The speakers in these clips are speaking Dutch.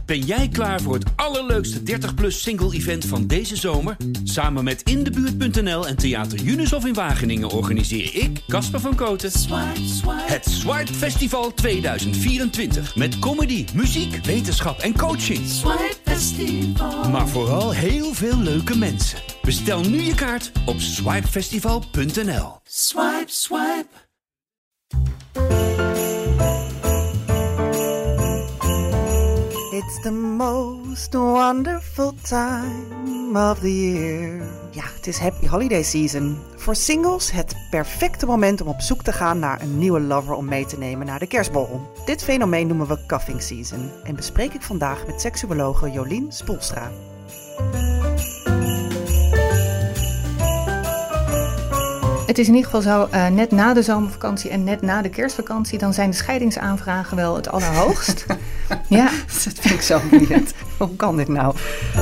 Ben jij klaar voor het allerleukste 30-plus single-event van deze zomer? Samen met Indebuurt.nl en Theater Junushof in Wageningen organiseer ik, Casper van Kooten, het Swipe Festival 2024. Met comedy, muziek, wetenschap en coaching. Swipe Festival. Maar vooral heel veel leuke mensen. Bestel nu je kaart op swipefestival.nl. Swipe, swipe. It's the most wonderful time of the year. Ja, het is happy holiday season. Voor singles het perfecte moment om op zoek te gaan naar een nieuwe lover om mee te nemen naar de kerstborrel. Dit fenomeen noemen we cuffing season en bespreek ik vandaag met seksuologe Jolien Spoelstra. Het is in ieder geval zo, net na de zomervakantie en net na de kerstvakantie, dan zijn de scheidingsaanvragen wel het allerhoogst. Ja, dat vind ik zo boeiend. Hoe kan dit nou?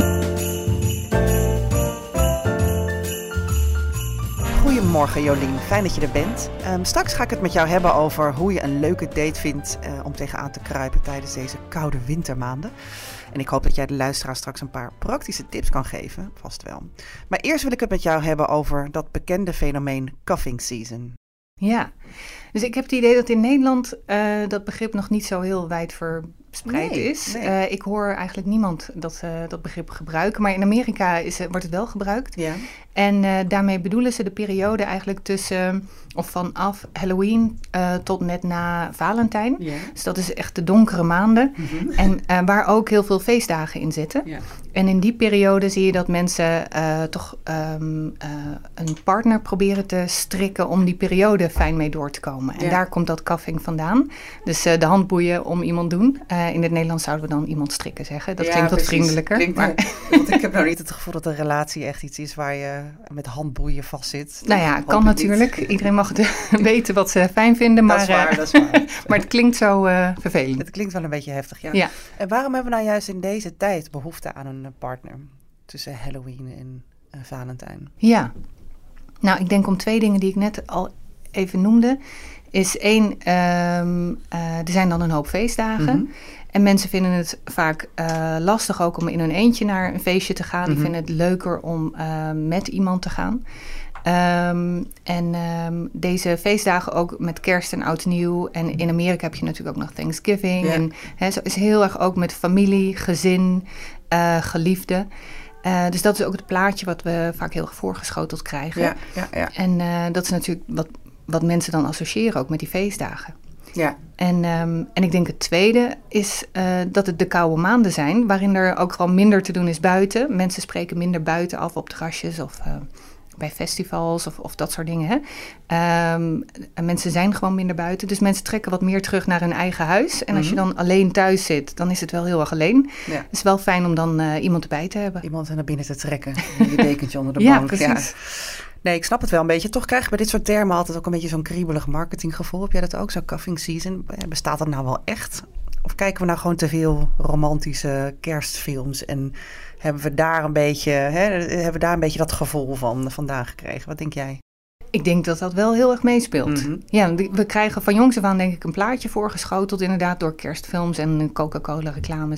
Goedemorgen Jolien, fijn dat je er bent. Straks ga ik het met jou hebben over hoe je een leuke date vindt om tegenaan te kruipen tijdens deze koude wintermaanden. En ik hoop dat jij de luisteraar straks een paar praktische tips kan geven, vast wel. Maar eerst wil ik het met jou hebben over dat bekende fenomeen cuffing season. Ja, dus ik heb het idee dat in Nederland dat begrip nog niet zo heel wijd verspreid is. Nee. Ik hoor eigenlijk niemand dat begrip gebruiken, maar in Amerika wordt het wel gebruikt. Ja. En daarmee bedoelen ze de periode eigenlijk tussen of vanaf Halloween tot net na Valentijn. Ja. Dus dat is echt de donkere maanden. Mm-hmm. En waar ook heel veel feestdagen in zitten. Ja. En in die periode zie je dat mensen toch een partner proberen te strikken om die periode fijn mee door te komen. En daar komt dat cuffing vandaan. Dus de handboeien om iemand doen. In het Nederlands zouden we dan iemand strikken zeggen. Dat klinkt wat vriendelijker. Want ik heb nou niet het gevoel dat een relatie echt iets is waar je met handboeien vastzit. Nou ja, kan natuurlijk. Niet. Iedereen mag weten wat ze fijn vinden. Maar, dat is waar. Maar het klinkt zo vervelend. Het klinkt wel een beetje heftig, ja. En waarom hebben we nou juist in deze tijd behoefte aan een partner? Tussen Halloween en Valentijn. Ja, nou ik denk om twee dingen die ik net al even noemde. Is één, er zijn dan een hoop feestdagen. Mm-hmm. En mensen vinden het vaak lastig ook om in hun eentje naar een feestje te gaan. Mm-hmm. Die vinden het leuker om met iemand te gaan. Deze feestdagen ook met kerst en oud en nieuw. En in Amerika heb je natuurlijk ook nog Thanksgiving. Yeah. En zo is heel erg ook met familie, gezin, geliefden. Dus dat is ook het plaatje wat we vaak heel erg voorgeschoteld krijgen. Ja. En dat is natuurlijk wat mensen dan associëren ook met die feestdagen. Ja. En ik denk het tweede is dat het de koude maanden zijn, waarin er ook gewoon minder te doen is buiten. Mensen spreken minder buiten af op terrasjes of bij festivals of dat soort dingen. Hè. Mensen zijn gewoon minder buiten, dus mensen trekken wat meer terug naar hun eigen huis. En als je dan alleen thuis zit, dan is het wel heel erg alleen. Ja. Het is wel fijn om dan iemand erbij te hebben. Iemand naar binnen te trekken, je dekentje onder de bank. Ja, precies. Ja. Nee, ik snap het wel een beetje. Toch krijg je bij dit soort termen altijd ook een beetje zo'n kriebelig marketinggevoel. Heb jij dat ook, zo'n cuffing season? Bestaat dat nou wel echt? Of kijken we nou gewoon te veel romantische kerstfilms en hebben we daar een beetje dat gevoel van vandaan gekregen? Wat denk jij? Ik denk dat dat wel heel erg meespeelt. Mm-hmm. Ja, we krijgen van jongs af aan denk ik een plaatje voorgeschoteld inderdaad door kerstfilms en Coca-Cola reclames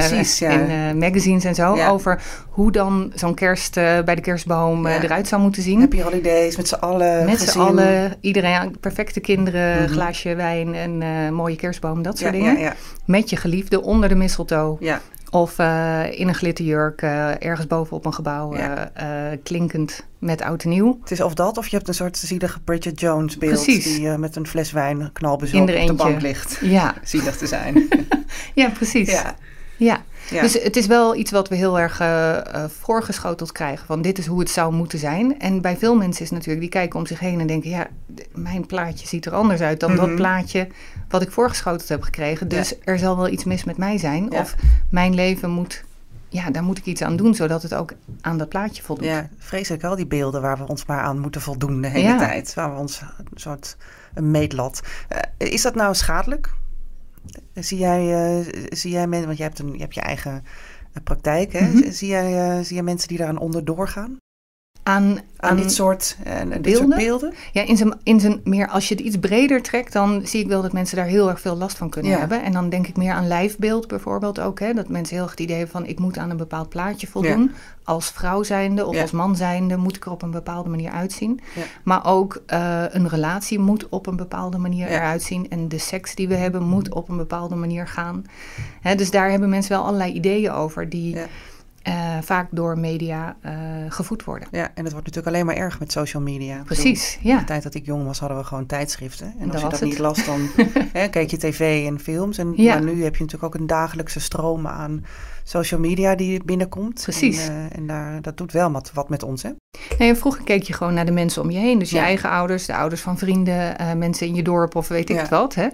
en magazines en zo. Ja. Over hoe dan zo'n kerst bij de kerstboom eruit zou moeten zien. Happy holidays met z'n allen. Met z'n allen, iedereen, perfecte kinderen, glaasje wijn en mooie kerstboom, dat soort dingen. Ja. Met je geliefde onder de mistletoe. Ja. Of in een glitterjurk ergens bovenop een gebouw klinkend met oud en nieuw. Het is of dat, of je hebt een soort zielige Bridget Jones beeld. Precies. Die met een fles wijn knalbezopen op de bank ligt. Ja. Zielig te zijn. Ja, precies. Ja. Dus het is wel iets wat we heel erg voorgeschoteld krijgen. Van dit is hoe het zou moeten zijn. En bij veel mensen is natuurlijk, die kijken om zich heen en denken, ja, mijn plaatje ziet er anders uit dan dat plaatje wat ik voorgeschoteld heb gekregen. Dus er zal wel iets mis met mij zijn. Ja. Of mijn leven moet, daar moet ik iets aan doen, zodat het ook aan dat plaatje voldoet. Ja, vreselijk al die beelden waar we ons maar aan moeten voldoen de hele tijd. Waar we ons een soort meetlat. Is dat nou schadelijk? Zie jij mensen, want je hebt je eigen praktijk, hè? Mm-hmm. Zie jij mensen die daaraan onderdoor gaan? aan dit soort beelden? Ja, in zijn meer, als je het iets breder trekt, dan zie ik wel dat mensen daar heel erg veel last van kunnen hebben. En dan denk ik meer aan lijfbeeld bijvoorbeeld ook. Hè, dat mensen heel erg het idee hebben van, ik moet aan een bepaald plaatje voldoen. Ja. Als vrouw zijnde of als man zijnde moet ik er op een bepaalde manier uitzien. Ja. Maar ook een relatie moet op een bepaalde manier eruit zien. En de seks die we hebben moet op een bepaalde manier gaan. Hè, dus daar hebben mensen wel allerlei ideeën over die... Ja. Vaak door media gevoed worden. Ja, en het wordt natuurlijk alleen maar erg met social media. Precies, In de tijd dat ik jong was, hadden we gewoon tijdschriften. En als je dat niet las, dan keek je tv en films. Maar nu heb je natuurlijk ook een dagelijkse stroom aan social media die binnenkomt. Precies. En dat doet wel wat met ons, hè? Nee, vroeger keek je gewoon naar de mensen om je heen. Dus je eigen ouders, de ouders van vrienden, mensen in je dorp of weet ik het wat. Hè?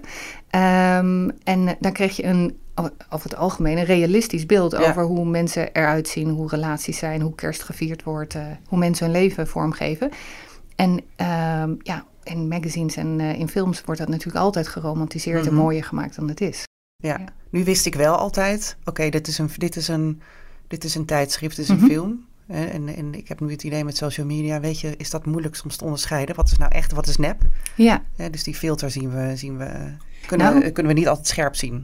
En dan kreeg je over het algemeen een realistisch beeld over hoe mensen eruit zien, hoe relaties zijn, hoe kerst gevierd wordt, hoe mensen hun leven vormgeven. En in magazines en in films wordt dat natuurlijk altijd geromantiseerd en mooier gemaakt dan het is. Ja, nu wist ik wel altijd, oké, dit is een tijdschrift, dit is een film. En ik heb nu het idee met social media, weet je, is dat moeilijk soms te onderscheiden. Wat is nou echt, wat is nep? Ja. Dus die filter kunnen we niet altijd scherp zien.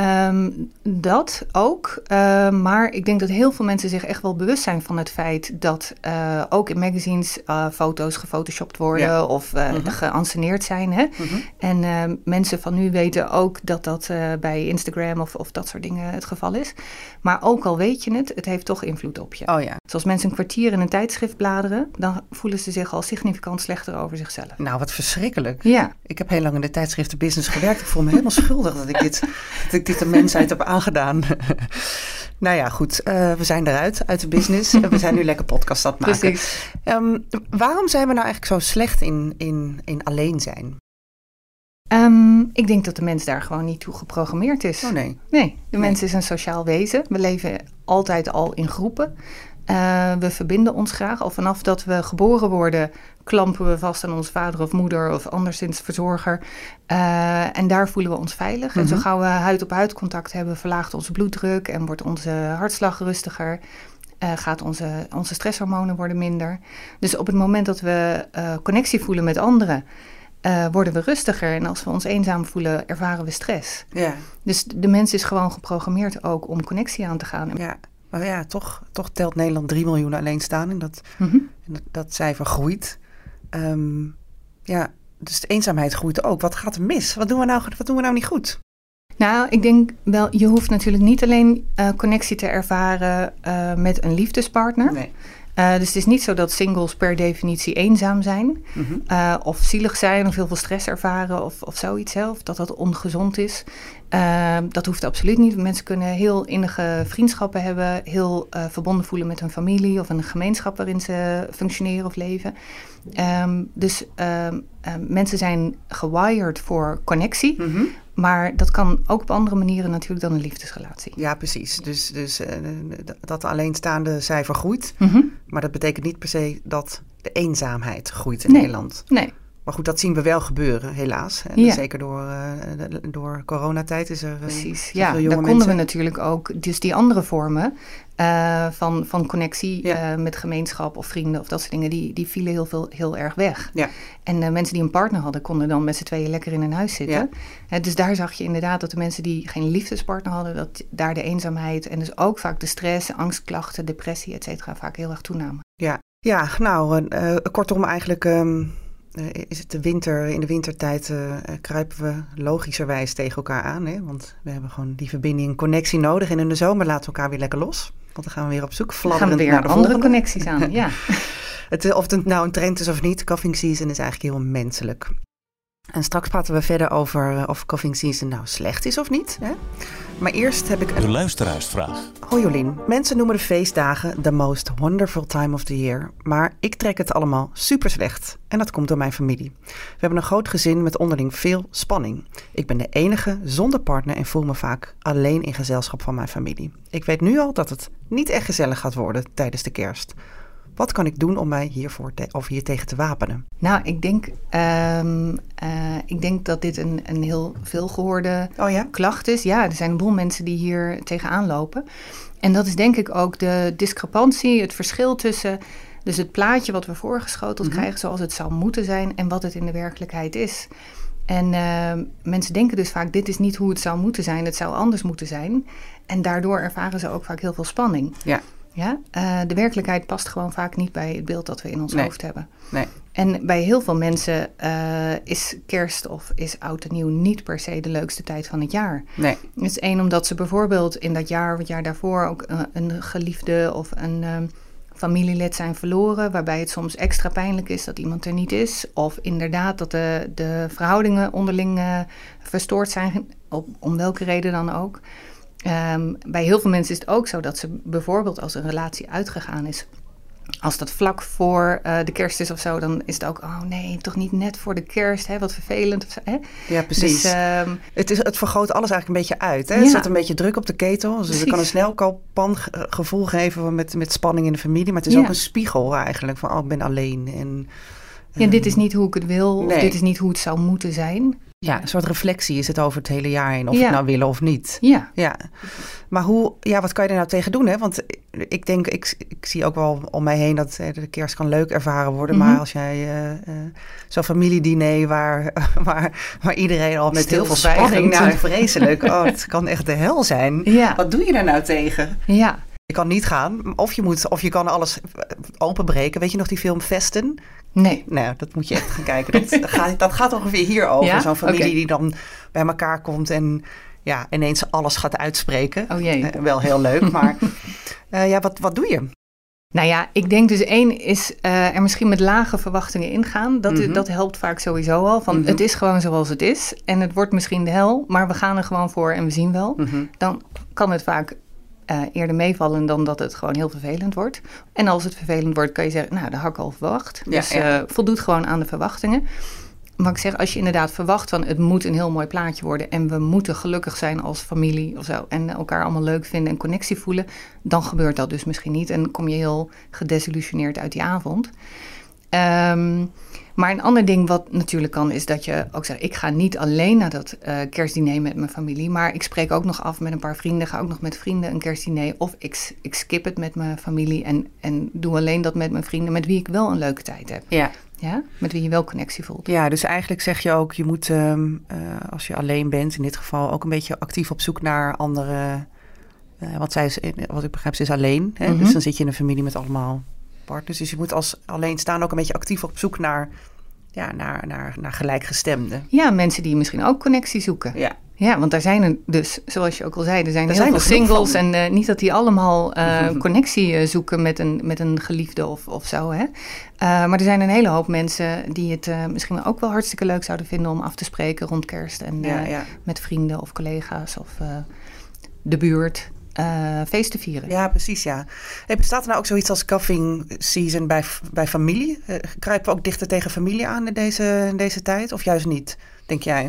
Dat ook, maar ik denk dat heel veel mensen zich echt wel bewust zijn van het feit dat ook in magazines foto's gefotoshopt worden of geanceneerd zijn. Hè? En mensen van nu weten ook dat bij Instagram of dat soort dingen het geval is. Maar ook al weet je het heeft toch invloed op je. Oh ja. Dus als mensen een kwartier in een tijdschrift bladeren, dan voelen ze zich al significant slechter over zichzelf. Nou, wat verschrikkelijk. Ja. Ik heb heel lang in de tijdschriftenbusiness gewerkt. Ik voel me helemaal schuldig dat ik dit de mensheid heb aangedaan. Nou ja, goed. We zijn eruit, uit de business. We zijn nu lekker podcast aan het maken. Precies. Waarom zijn we nou eigenlijk zo slecht in alleen zijn? Ik denk dat de mens daar gewoon niet toe geprogrammeerd is. Oh nee. Nee, de mens is een sociaal wezen. We leven altijd al in groepen. We verbinden ons graag. Al vanaf dat we geboren worden, klampen we vast aan onze vader of moeder of anderszins verzorger. En daar voelen we ons veilig. En zo gauw we huid-op-huid contact hebben, verlaagt onze bloeddruk en wordt onze hartslag rustiger. Gaat onze stresshormonen worden minder. Dus op het moment dat we connectie voelen met anderen, worden we rustiger. En als we ons eenzaam voelen, ervaren we stress. Ja. Dus de mens is gewoon geprogrammeerd ook om connectie aan te gaan. Ja. Maar ja, toch telt Nederland 3 miljoen alleenstaanden. Dat cijfer groeit. Dus de eenzaamheid groeit ook. Wat gaat er mis? Wat doen we nou niet goed? Nou, ik denk wel, je hoeft natuurlijk niet alleen connectie te ervaren met een liefdespartner. Nee. Dus het is niet zo dat singles per definitie eenzaam zijn. Of zielig zijn of heel veel stress ervaren of zoiets. Hè, of dat ongezond is. Dat hoeft absoluut niet. Mensen kunnen heel innige vriendschappen hebben. Heel verbonden voelen met hun familie of een gemeenschap waarin ze functioneren of leven. Dus mensen zijn gewired voor connectie. Maar dat kan ook op andere manieren natuurlijk dan een liefdesrelatie. Ja, precies. Dus dat alleenstaande cijfer groeit. Maar dat betekent niet per se dat de eenzaamheid groeit in Nederland. Nee. Maar goed, dat zien we wel gebeuren, helaas. Zeker door coronatijd is er precies. Veel jonge daar konden mensen. we natuurlijk ook dus die andere vormen van connectie met gemeenschap of vrienden of dat soort dingen, die vielen heel erg weg. Ja. En mensen die een partner hadden, konden dan met z'n tweeën lekker in een huis zitten. Ja. Dus daar zag je inderdaad dat de mensen die geen liefdespartner hadden, dat daar de eenzaamheid en dus ook vaak de stress, angstklachten, depressie, et cetera, vaak heel erg toenamen. Ja, nou, kortom eigenlijk is het de winter. In de wintertijd kruipen we logischerwijs tegen elkaar aan. Hè? Want we hebben gewoon die verbinding, connectie nodig. En in de zomer laten we elkaar weer lekker los. Want dan gaan we weer op zoek, fladderend naar de andere volgende. Connecties aan, ja. Of het nou een trend is of niet, cuffing season is eigenlijk heel menselijk. En straks praten we verder over of cuffing season nou slecht is of niet. Hè? Maar eerst heb ik De luisteraarsvraag. Hoi Jolien, mensen noemen de feestdagen the most wonderful time of the year. Maar ik trek het allemaal super slecht. En dat komt door mijn familie. We hebben een groot gezin met onderling veel spanning. Ik ben de enige zonder partner en voel me vaak alleen in gezelschap van mijn familie. Ik weet nu al dat het niet echt gezellig gaat worden tijdens de kerst. Wat kan ik doen om mij hier tegen te wapenen? Nou, ik denk dat dit een heel veelgehoorde klacht is. Ja, er zijn een boel mensen die hier tegenaan lopen. En dat is denk ik ook de discrepantie, het verschil tussen Dus het plaatje wat we voorgeschoteld krijgen zoals het zou moeten zijn en wat het in de werkelijkheid is. En mensen denken dus vaak, dit is niet hoe het zou moeten zijn, het zou anders moeten zijn. En daardoor ervaren ze ook vaak heel veel spanning. Ja. Ja? De werkelijkheid past gewoon vaak niet bij het beeld dat we in ons hoofd hebben. Nee. En bij heel veel mensen is kerst of is oud en nieuw niet per se de leukste tijd van het jaar. Nee. Het is één omdat ze bijvoorbeeld in dat jaar of het jaar daarvoor ook een geliefde of een familielid zijn verloren, waarbij het soms extra pijnlijk is dat iemand er niet is. Of inderdaad dat de verhoudingen onderling verstoord zijn, om welke reden dan ook. Bij heel veel mensen is het ook zo dat ze bijvoorbeeld als een relatie uitgegaan is, als dat vlak voor de kerst is of zo, dan is het ook, oh nee, toch niet net voor de kerst, hè, wat vervelend. Of zo, hè? Ja, precies. Dus, het vergroot alles eigenlijk een beetje uit. Hè? Het zet een beetje druk op de ketel. Dus het kan een snelkooppan gevoel geven met spanning in de familie. Maar het is ook een spiegel eigenlijk van, ik ben alleen. En dit is niet hoe ik het wil. Nee. Of dit is niet hoe het zou moeten zijn. Ja, een soort reflectie is het over het hele jaar heen. Of we het nou willen of niet. Ja. Maar wat kan je er nou tegen doen? Hè? Want ik denk, ik zie ook wel om mij heen dat de kerst kan leuk ervaren worden. Maar als jij zo'n familiediner waar iedereen al met heel veel spanning... Nou, vreselijk. Het kan echt de hel zijn. Ja. Wat doe je daar nou tegen? Ja. Je kan niet gaan. Of je kan alles openbreken. Weet je nog die film Vesten? Nee. Nou, dat moet je echt gaan kijken. Dat gaat ongeveer hierover. Ja? Zo'n familie die dan bij elkaar komt en ineens alles gaat uitspreken. Oh jee. Wel heel leuk, maar wat doe je? Nou ja, ik denk dus één is er misschien met lage verwachtingen ingaan. Dat helpt vaak sowieso al. Van het is gewoon zoals het is. En het wordt misschien de hel, maar we gaan er gewoon voor en we zien wel. Dan kan het vaak eerder meevallen dan dat het gewoon heel vervelend wordt. En als het vervelend wordt, kan je zeggen, nou, dat had ik al verwacht. Dus voldoet gewoon aan de verwachtingen. Maar ik zeg, als je inderdaad verwacht van het moet een heel mooi plaatje worden en we moeten gelukkig zijn als familie of zo en elkaar allemaal leuk vinden en connectie voelen, dan gebeurt dat dus misschien niet en dan kom je heel gedesillusioneerd uit die avond. Maar een ander ding wat natuurlijk kan is dat je ook zegt, ik ga niet alleen naar dat kerstdiner met mijn familie, maar ik spreek ook nog af met een paar vrienden, ga ook nog met vrienden een kerstdiner of ik skip het met mijn familie en doe alleen dat met mijn vrienden met wie ik wel een leuke tijd heb. Ja. Ja, met wie je wel connectie voelt. Ja, dus eigenlijk zeg je ook, je moet als je alleen bent, in dit geval ook een beetje actief op zoek naar andere... want zij is, wat ik begrijp, ze is alleen. Hè? Dus dan zit je in een familie met allemaal partners. Dus je moet als alleenstaan ook een beetje actief op zoek naar gelijkgestemden. Ja, mensen die misschien ook connectie zoeken. Ja, want daar zijn er dus, zoals je ook al zei, er zijn heel veel singles. En niet dat die allemaal connectie zoeken met een geliefde of zo. Hè? Maar er zijn een hele hoop mensen die het misschien ook wel hartstikke leuk zouden vinden om af te spreken rond kerst. En met vrienden of collega's of de buurt feest te vieren. Ja, precies, ja. Hey, bestaat er nou ook zoiets als cuffing season bij familie? Kruipen we ook dichter tegen familie aan in deze tijd? Of juist niet, denk jij?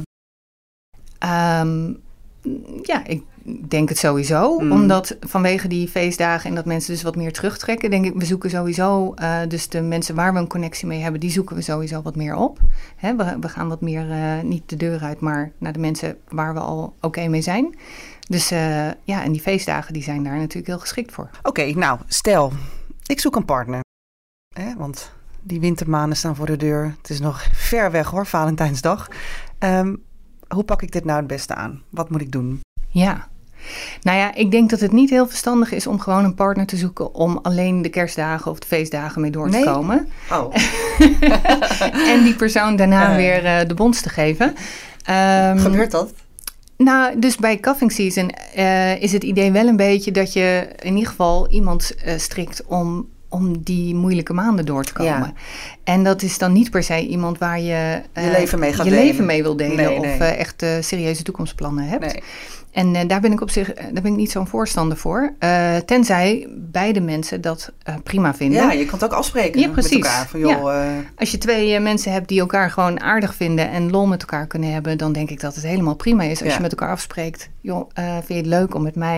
Ik denk het sowieso. Omdat vanwege die feestdagen en dat mensen dus wat meer terugtrekken, denk ik, we zoeken sowieso, dus de mensen waar we een connectie mee hebben, die zoeken we sowieso wat meer op. Hè, we gaan wat meer niet de deur uit, maar naar de mensen waar we al oké mee zijn. Dus en die feestdagen die zijn daar natuurlijk heel geschikt voor. Oké, nou, stel, ik zoek een partner. Want die wintermaanden staan voor de deur. Het is nog ver weg hoor, Valentijnsdag. Hoe pak ik dit nou het beste aan? Wat moet ik doen? Ja, nou ja, ik denk dat het niet heel verstandig is om gewoon een partner te zoeken om alleen de kerstdagen of de feestdagen mee door te komen. Oh. En die persoon daarna weer de bons te geven. Gebeurt dat? Nou, dus bij cuffing season is het idee wel een beetje dat je in ieder geval iemand strikt om die moeilijke maanden door te komen. Ja. En dat is dan niet per se iemand waar je leven mee wil delen. Of echt serieuze toekomstplannen hebt. Nee. En daar ben ik niet zo'n voorstander voor. Tenzij beide mensen dat prima vinden. Ja, je kan het ook afspreken met elkaar. Van, joh, Als je twee mensen hebt die elkaar gewoon aardig vinden en lol met elkaar kunnen hebben, dan denk ik dat het helemaal prima is. Als je met elkaar afspreekt, joh, vind je het leuk om met mij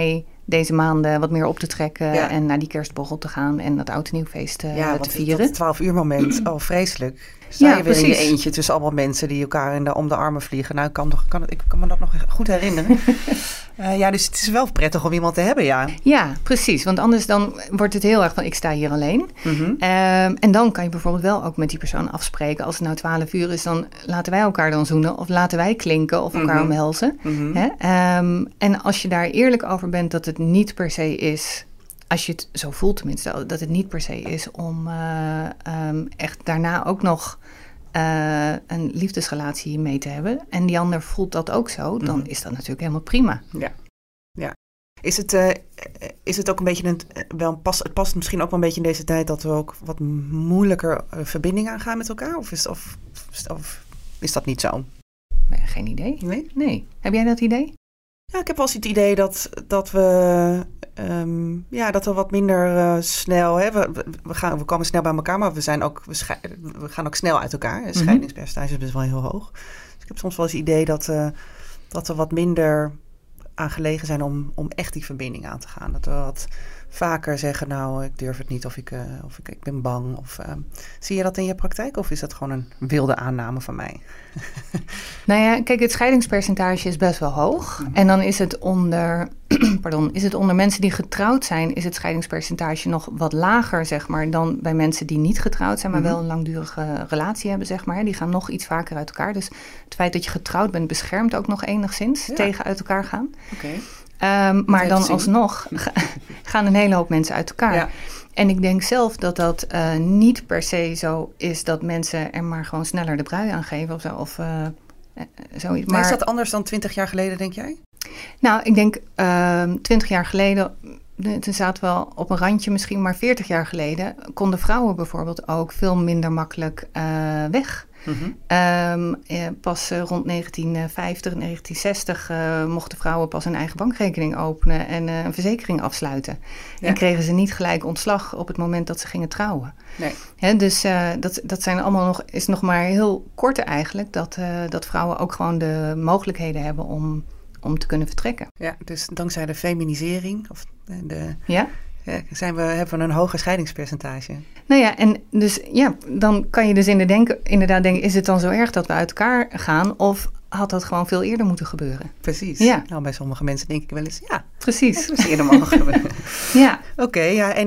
deze maanden wat meer op te trekken en naar die kerstborrel te gaan en dat oud en nieuwfeest te vieren. Dat 12 uur moment, vreselijk. Sta je weer in je eentje tussen allemaal mensen die elkaar om de armen vliegen. Nou, ik kan me dat nog goed herinneren. Dus het is wel prettig om iemand te hebben, ja. Ja, precies. Want anders dan wordt het heel erg van ik sta hier alleen. Mm-hmm. En dan kan je bijvoorbeeld wel ook met die persoon afspreken. Als het nou 12 uur is, dan laten wij elkaar dan zoenen. Of laten wij klinken of elkaar omhelzen. Mm-hmm. Hè? En als je daar eerlijk over bent dat het niet per se is... Als je het zo voelt tenminste, dat het niet per se is om echt daarna ook nog een liefdesrelatie mee te hebben. En die ander voelt dat ook zo, dan is dat natuurlijk helemaal prima. Ja. Is het ook een beetje het past misschien ook wel een beetje in deze tijd dat we ook wat moeilijker verbinding aangaan met elkaar? Of is dat niet zo? Nee, geen idee. Nee. Heb jij dat idee? Ja, ik heb wel eens het idee dat we wat minder snel... Hè, we komen snel bij elkaar, maar we gaan ook snel uit elkaar. Het scheidingspercentage is best wel heel hoog. Dus ik heb soms wel eens het idee dat we wat minder aan gelegen zijn om echt die verbinding aan te gaan. Dat we wat vaker zeggen, nou, ik durf het niet of ik ben bang. Zie je dat in je praktijk of is dat gewoon een wilde aanname van mij? Nou ja, kijk, het scheidingspercentage is best wel hoog. Mm-hmm. En dan is het onder mensen die getrouwd zijn, is het scheidingspercentage nog wat lager, zeg maar, dan bij mensen die niet getrouwd zijn, maar wel een langdurige relatie hebben, zeg maar. Die gaan nog iets vaker uit elkaar. Dus het feit dat je getrouwd bent beschermt ook nog enigszins tegen uit elkaar gaan. Okay. Maar dan alsnog gaan een hele hoop mensen uit elkaar. Ja. En ik denk zelf dat niet per se zo is dat mensen er maar gewoon sneller de brui aan geven of zo. Of zoiets. Maar is dat anders dan 20 jaar geleden, denk jij? Nou, ik denk 20 jaar geleden, toen zaten we wel op een randje misschien, maar 40 jaar geleden konden vrouwen bijvoorbeeld ook veel minder makkelijk weg. Mm-hmm. Pas rond 1950, 1960 mochten vrouwen pas een eigen bankrekening openen en een verzekering afsluiten. Ja. En kregen ze niet gelijk ontslag op het moment dat ze gingen trouwen. Nee. Dus dat zijn allemaal is nog maar heel kort eigenlijk, dat vrouwen ook gewoon de mogelijkheden hebben om te kunnen vertrekken. Ja, dus dankzij de feminisering hebben we een hoger scheidingspercentage. Nou ja, en dus dan kan je dus inderdaad denken, is het dan zo erg dat we uit elkaar gaan? Of had dat gewoon veel eerder moeten gebeuren? Precies. Ja. Nou, bij sommige mensen denk ik wel eens, precies. Dat is eerder mogen gebeuren. Ja. Oké,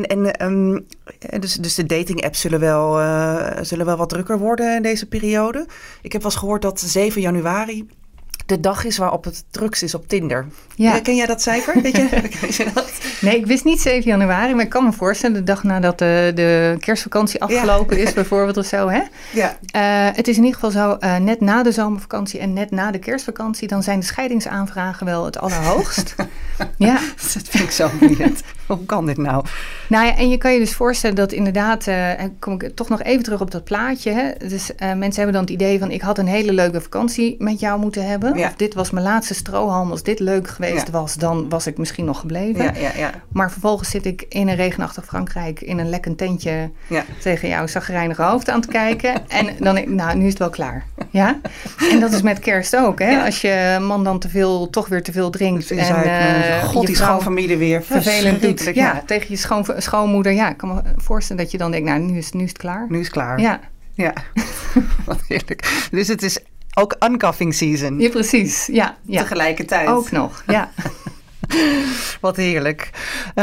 dus de dating apps zullen wel wat drukker worden in deze periode. Ik heb wel eens gehoord dat 7 januari... de dag is waarop het drukst is op Tinder. Ja. Ken jij dat cijfer? Weet je dat? Nee, ik wist niet 7 januari, maar ik kan me voorstellen de dag nadat de kerstvakantie afgelopen is bijvoorbeeld of zo. Hè? Ja. Het is in ieder geval zo, net na de zomervakantie en net na de kerstvakantie, dan zijn de scheidingsaanvragen wel het allerhoogst. Ja. Dat vind ik zo boeiend. Hoe kan dit nou? Nou ja, en je kan je dus voorstellen dat inderdaad, kom ik toch nog even terug op dat plaatje. Hè? Dus mensen hebben dan het idee van, ik had een hele leuke vakantie met jou moeten hebben. Ja. Of dit was mijn laatste strohalm. Als dit leuk geweest was, dan was ik misschien nog gebleven. Ja. Maar vervolgens zit ik in een regenachtig Frankrijk in een lekkend tentje tegen jouw chagrijnige hoofd aan te kijken. En dan denk ik, nou, nu is het wel klaar. Ja? En dat is met kerst ook. Hè? Ja. Als je man dan toch weer te veel drinkt. Dus God, die schoonfamilie weer vervelend doet. Ja, tegen je schoonmoeder. Ja, ik kan me voorstellen dat je dan denkt, nou, nu is het klaar. Nu is het klaar. Ja. Wat heerlijk. Dus het is ook uncuffing season. Ja, precies. Ja. Tegelijkertijd. Ook nog, ja. Wat heerlijk.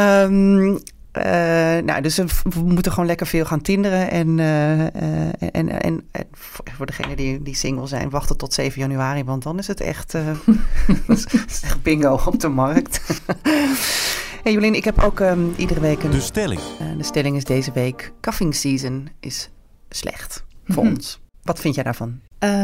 Dus we moeten gewoon lekker veel gaan tinderen. En voor degenen die single zijn, wachten tot 7 januari. Want dan is het echt, dat is echt bingo op de markt. Hey Jolien, ik heb ook iedere week de stelling. De stelling is deze week, cuffing season is slecht voor ons. Wat vind jij daarvan?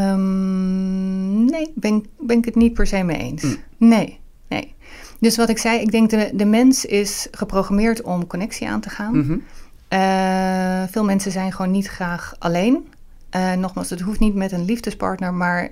Nee, ben ik het niet per se mee eens. Nee. Dus wat ik zei, ik denk de mens is geprogrammeerd om connectie aan te gaan. Mm-hmm. Veel mensen zijn gewoon niet graag alleen. Nogmaals, het hoeft niet met een liefdespartner, maar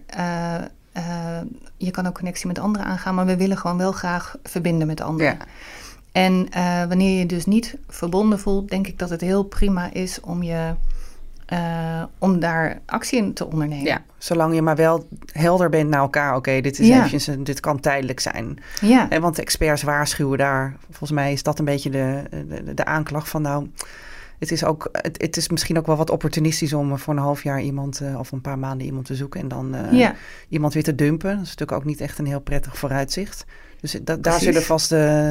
je kan ook connectie met anderen aangaan. Maar we willen gewoon wel graag verbinden met anderen. Ja. En wanneer je dus niet verbonden voelt, denk ik dat het heel prima is om je om daar actie in te ondernemen. Ja, zolang je maar wel helder bent naar elkaar. Oké, dit is eventjes, dit kan tijdelijk zijn. Ja. Want de experts waarschuwen daar. Volgens mij is dat een beetje de aanklacht van nou... Het is misschien ook wel wat opportunistisch om voor een half jaar iemand of een paar maanden iemand te zoeken en dan iemand weer te dumpen. Dat is natuurlijk ook niet echt een heel prettig vooruitzicht. Dus daar zullen vast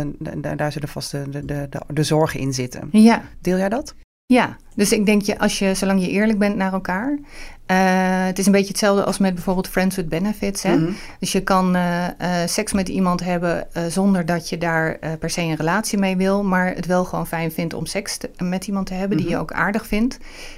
de zorgen in zitten. Ja. Deel jij dat? Ja, dus ik denk zolang je eerlijk bent naar elkaar. Het is een beetje hetzelfde als met bijvoorbeeld Friends with Benefits. Hè? Mm-hmm. Dus je kan seks met iemand hebben zonder dat je daar per se een relatie mee wil. Maar het wel gewoon fijn vindt om seks met iemand te hebben die je ook aardig vindt.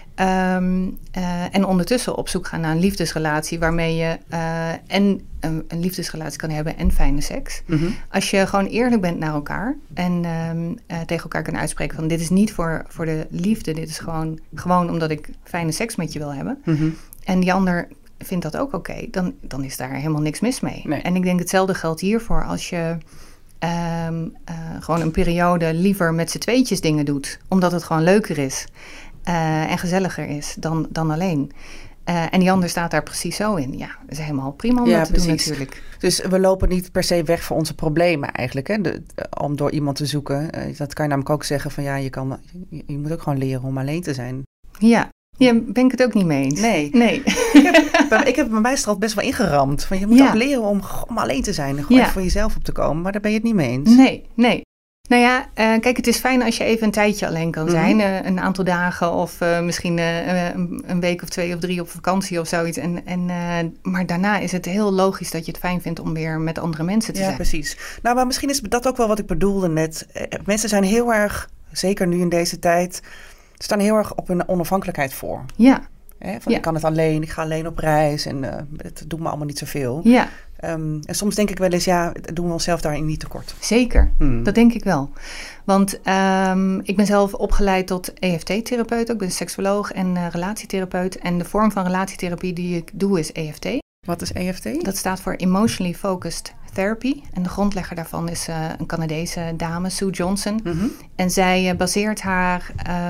En ondertussen op zoek gaan naar een liefdesrelatie waarmee je een liefdesrelatie kan hebben en fijne seks. Mm-hmm. Als je gewoon eerlijk bent naar elkaar en tegen elkaar kan uitspreken van dit is niet voor de liefde, dit is gewoon omdat ik fijne seks met je wil hebben. Mm-hmm. En die ander vindt dat ook oké, dan is daar helemaal niks mis mee. Nee. En ik denk hetzelfde geldt hiervoor als je gewoon een periode liever met z'n tweetjes dingen doet, omdat het gewoon leuker is. En gezelliger is dan alleen. En die ander staat daar precies zo in. Ja, dat is helemaal prima om dat te doen natuurlijk. Dus we lopen niet per se weg voor onze problemen eigenlijk. Hè? Om door iemand te zoeken. Dat kan je namelijk ook zeggen van je moet ook gewoon leren om alleen te zijn. Ja. Ja, ben ik het ook niet mee eens. Nee. Ik heb bij mij al best wel ingeramd. Van je moet ook leren om alleen te zijn. En gewoon even voor jezelf op te komen. Maar daar ben je het niet mee eens. Nee. Nou ja, kijk, het is fijn als je even een tijdje alleen kan zijn. Mm-hmm. Een aantal dagen of misschien een week of 2 of 3 op vakantie of zoiets. Maar daarna is het heel logisch dat je het fijn vindt om weer met andere mensen te zijn. Ja, precies. Nou, maar misschien is dat ook wel wat ik bedoelde net. Mensen zijn heel erg, zeker nu in deze tijd, staan heel erg op hun onafhankelijkheid voor. Ja. Ik kan het alleen, ik ga alleen op reis en het doet me allemaal niet zoveel. Ja. En soms denk ik wel eens, doen we onszelf daarin niet tekort. Zeker, dat denk ik wel. Want ik ben zelf opgeleid tot EFT-therapeut. Ik ben seksuoloog en relatietherapeut. En de vorm van relatietherapie die ik doe is EFT. Wat is EFT? Dat staat voor Emotionally Focused Therapy. En de grondlegger daarvan is een Canadese dame, Sue Johnson. Mm-hmm. En zij baseert haar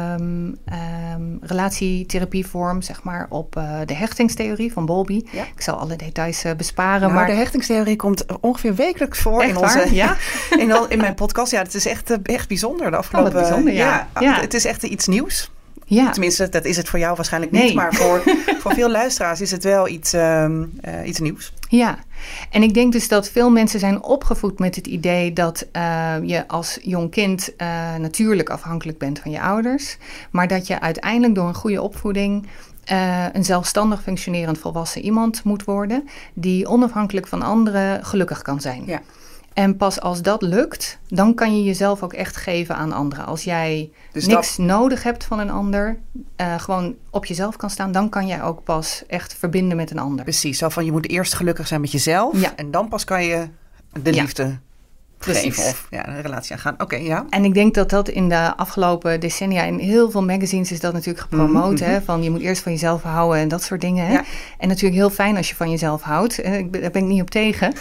relatietherapievorm zeg maar, op de hechtingstheorie van Bowlby. Ja. Ik zal alle details besparen. Maar de hechtingstheorie komt ongeveer wekelijks voor in onze in mijn podcast. Ja, het is echt bijzonder de afgelopen... wat bijzonder, ja. Het is echt iets nieuws. Ja. Tenminste, dat is het voor jou waarschijnlijk niet. Nee. Maar voor veel luisteraars is het wel iets nieuws. Ja, en ik denk dus dat veel mensen zijn opgevoed met het idee dat je als jong kind natuurlijk afhankelijk bent van je ouders. Maar dat je uiteindelijk door een goede opvoeding een zelfstandig functionerend volwassen iemand moet worden die onafhankelijk van anderen gelukkig kan zijn. Ja. En pas als dat lukt, dan kan je jezelf ook echt geven aan anderen. Als jij niks nodig hebt van een ander, gewoon op jezelf kan staan, dan kan jij ook pas echt verbinden met een ander. Precies, zo van je moet eerst gelukkig zijn met jezelf en dan pas kan je de liefde geven of een relatie aangaan. Oké, ja. En ik denk dat in de afgelopen decennia in heel veel magazines is dat natuurlijk gepromoot. Mm-hmm. Hè, van je moet eerst van jezelf houden en dat soort dingen. Hè? Ja. En natuurlijk heel fijn als je van jezelf houdt. Daar ben ik niet op tegen.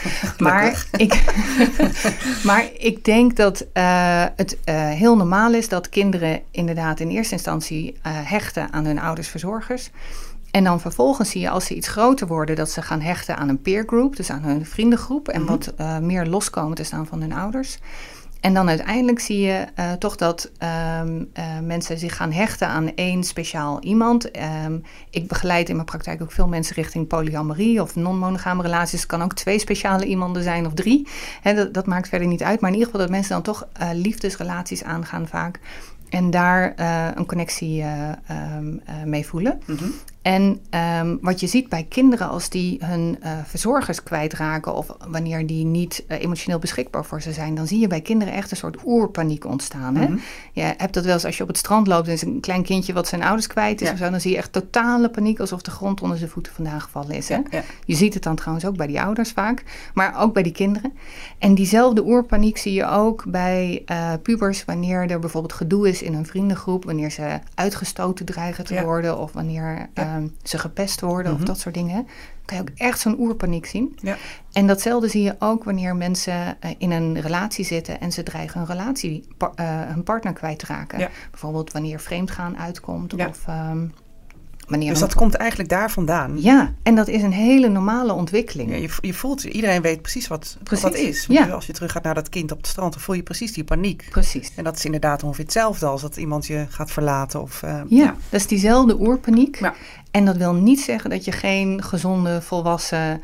Maar ik denk dat het heel normaal is dat kinderen inderdaad in eerste instantie hechten aan hun ouders verzorgers. En dan vervolgens zie je als ze iets groter worden dat ze gaan hechten aan een peer group, dus aan hun vriendengroep en wat meer loskomen te staan van hun ouders. En dan uiteindelijk zie je toch dat mensen zich gaan hechten aan één speciaal iemand. Ik begeleid in mijn praktijk ook veel mensen richting polyamorie of non-monogame relaties. Het kan ook 2 speciale iemanden zijn of 3. Dat maakt verder niet uit. Maar in ieder geval dat mensen dan toch liefdesrelaties aangaan vaak. En daar een connectie mee voelen. Mm-hmm. En wat je ziet bij kinderen als die hun verzorgers kwijtraken of wanneer die niet emotioneel beschikbaar voor ze zijn, dan zie je bij kinderen echt een soort oerpaniek ontstaan. Mm-hmm. Hè? Je hebt dat wel eens als je op het strand loopt en is een klein kindje wat zijn ouders kwijt is of zo, dan zie je echt totale paniek alsof de grond onder zijn voeten vandaan gevallen is. Hè? Ja. Je ziet het dan trouwens ook bij die ouders vaak, maar ook bij die kinderen. En diezelfde oerpaniek zie je ook bij pubers wanneer er bijvoorbeeld gedoe is in een vriendengroep, wanneer ze uitgestoten dreigen te worden of wanneer ze gepest worden of dat soort dingen. Kan je ook echt zo'n oerpaniek zien. Ja. En datzelfde zie je ook wanneer mensen in een relatie zitten en ze dreigen hun partner kwijt te raken. Ja. Bijvoorbeeld wanneer vreemdgaan uitkomt of Dus dat komt eigenlijk daar vandaan? Ja, en dat is een hele normale ontwikkeling. Ja, je voelt, iedereen weet precies wat dat is. Als je terug gaat naar dat kind op het strand, dan voel je precies die paniek. Precies. En dat is inderdaad ongeveer hetzelfde als dat iemand je gaat verlaten. Dat is diezelfde oerpaniek. Ja. En dat wil niet zeggen dat je geen gezonde, volwassen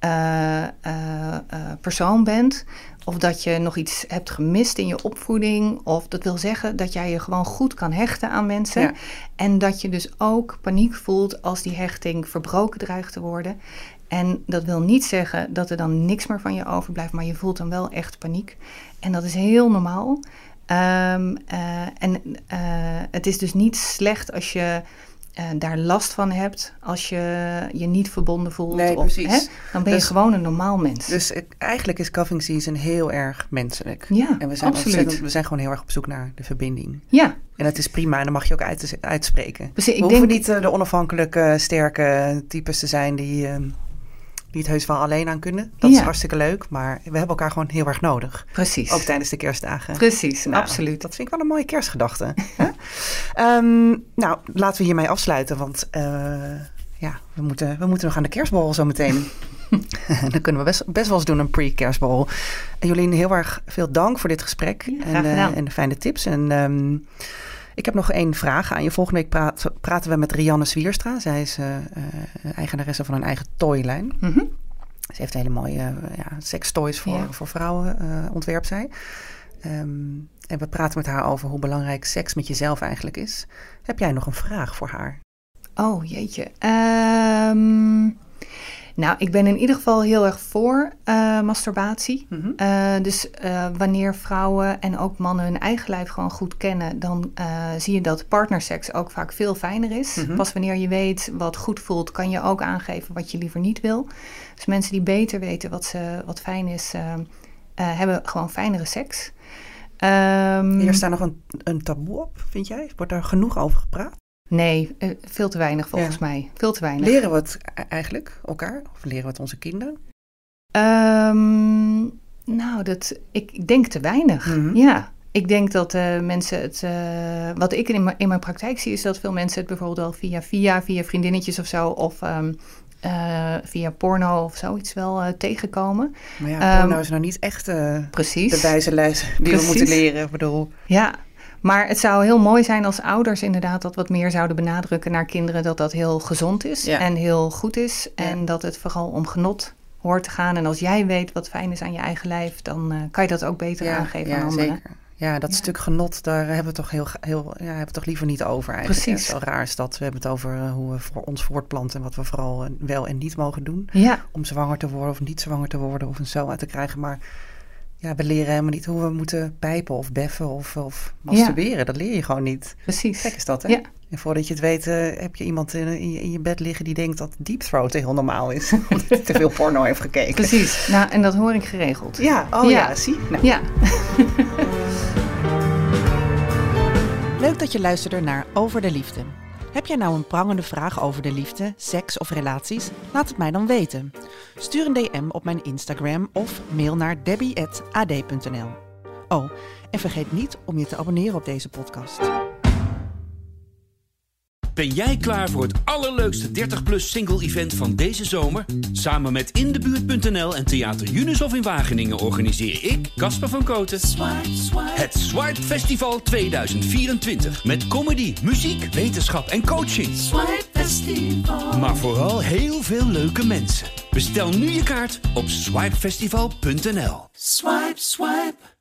persoon bent. Of dat je nog iets hebt gemist in je opvoeding. Of dat wil zeggen dat jij je gewoon goed kan hechten aan mensen. Ja. En dat je dus ook paniek voelt als die hechting verbroken dreigt te worden. En dat wil niet zeggen dat er dan niks meer van je overblijft. Maar je voelt dan wel echt paniek. En dat is heel normaal. Het is dus niet slecht als je daar last van hebt, als je je niet verbonden voelt. Nee, precies. Dan ben je gewoon een normaal mens. Dus eigenlijk is cuffing season heel erg menselijk. Ja, en we zijn absoluut. We zijn gewoon heel erg op zoek naar de verbinding. Ja. En dat is prima en dan mag je ook uitspreken. Precies, we hoeven niet de onafhankelijke, sterke types te zijn die het heus wel alleen aan kunnen. Dat is hartstikke leuk, maar we hebben elkaar gewoon heel erg nodig. Precies. Ook tijdens de kerstdagen. Precies, absoluut. Dat vind ik wel een mooie kerstgedachte. Laten we hiermee afsluiten, want we moeten nog aan de kerstborrel zo meteen. Dan kunnen we best wel eens doen, een pre-kerstborrel. En Jolien, heel erg veel dank voor dit gesprek en de fijne tips. En ik heb nog 1 vraag aan je. Volgende week praten we met Rianne Zwierstra. Zij is eigenaresse van een eigen toylijn. Mm-hmm. Ze heeft hele mooie sekstoys voor vrouwen, ontwerpt zij. En we praten met haar over hoe belangrijk seks met jezelf eigenlijk is. Heb jij nog een vraag voor haar? Oh, jeetje. Ik ben in ieder geval heel erg voor masturbatie. Mm-hmm. Dus wanneer vrouwen en ook mannen hun eigen lijf gewoon goed kennen, dan zie je dat partnerseks ook vaak veel fijner is. Mm-hmm. Pas wanneer je weet wat goed voelt, kan je ook aangeven wat je liever niet wil. Dus mensen die beter weten wat fijn is, hebben gewoon fijnere seks. Hier staat nog een taboe op, vind jij? Wordt daar genoeg over gepraat? Nee, veel te weinig volgens mij. Veel te weinig. Leren we het eigenlijk elkaar? Of leren we het onze kinderen? Ik denk te weinig. Mm-hmm. Ja, ik denk dat mensen het... wat ik in mijn praktijk zie, is dat veel mensen het bijvoorbeeld wel via vriendinnetjes of zo, of via porno of zoiets wel tegenkomen. Maar ja, porno is nou niet echt de wijze die we moeten leren. Ik bedoel. Ja. Maar het zou heel mooi zijn als ouders inderdaad dat wat meer zouden benadrukken naar kinderen, dat dat heel gezond is en heel goed is. Ja. En dat het vooral om genot hoort te gaan. En als jij weet wat fijn is aan je eigen lijf, dan kan je dat ook beter aangeven aan anderen. Zeker. Ja, dat stuk genot, daar hebben we toch hebben we toch liever niet over eigenlijk. Precies. Zo raar is dat. We hebben het over hoe we voor ons voortplanten en wat we vooral wel en niet mogen doen. Ja. Om zwanger te worden of niet zwanger te worden of een zo uit te krijgen. Maar ja, we leren helemaal niet hoe we moeten pijpen of beffen of masturberen. Ja. Dat leer je gewoon niet. Precies. Gek is dat, hè? Ja. En voordat je het weet, heb je iemand in je bed liggen die denkt dat deep throat heel normaal is. Omdat hij te veel porno heeft gekeken. Precies. Nou, en dat hoor ik geregeld. Ja, zie. Nou. Ja. Leuk dat je luisterde naar Over de Liefde. Heb jij nou een prangende vraag over de liefde, seks of relaties? Laat het mij dan weten. Stuur een DM op mijn Instagram of mail naar debbie@ad.nl. Oh, en vergeet niet om je te abonneren op deze podcast. Ben jij klaar voor het allerleukste 30-plus single-event van deze zomer? Samen met Indebuurt.nl en Theater Junushof in Wageningen organiseer ik, Casper van Koten, het Swipe Festival 2024. Met comedy, muziek, wetenschap en coaching. Swipe Festival. Maar vooral heel veel leuke mensen. Bestel nu je kaart op swipefestival.nl. Swipe, swipe.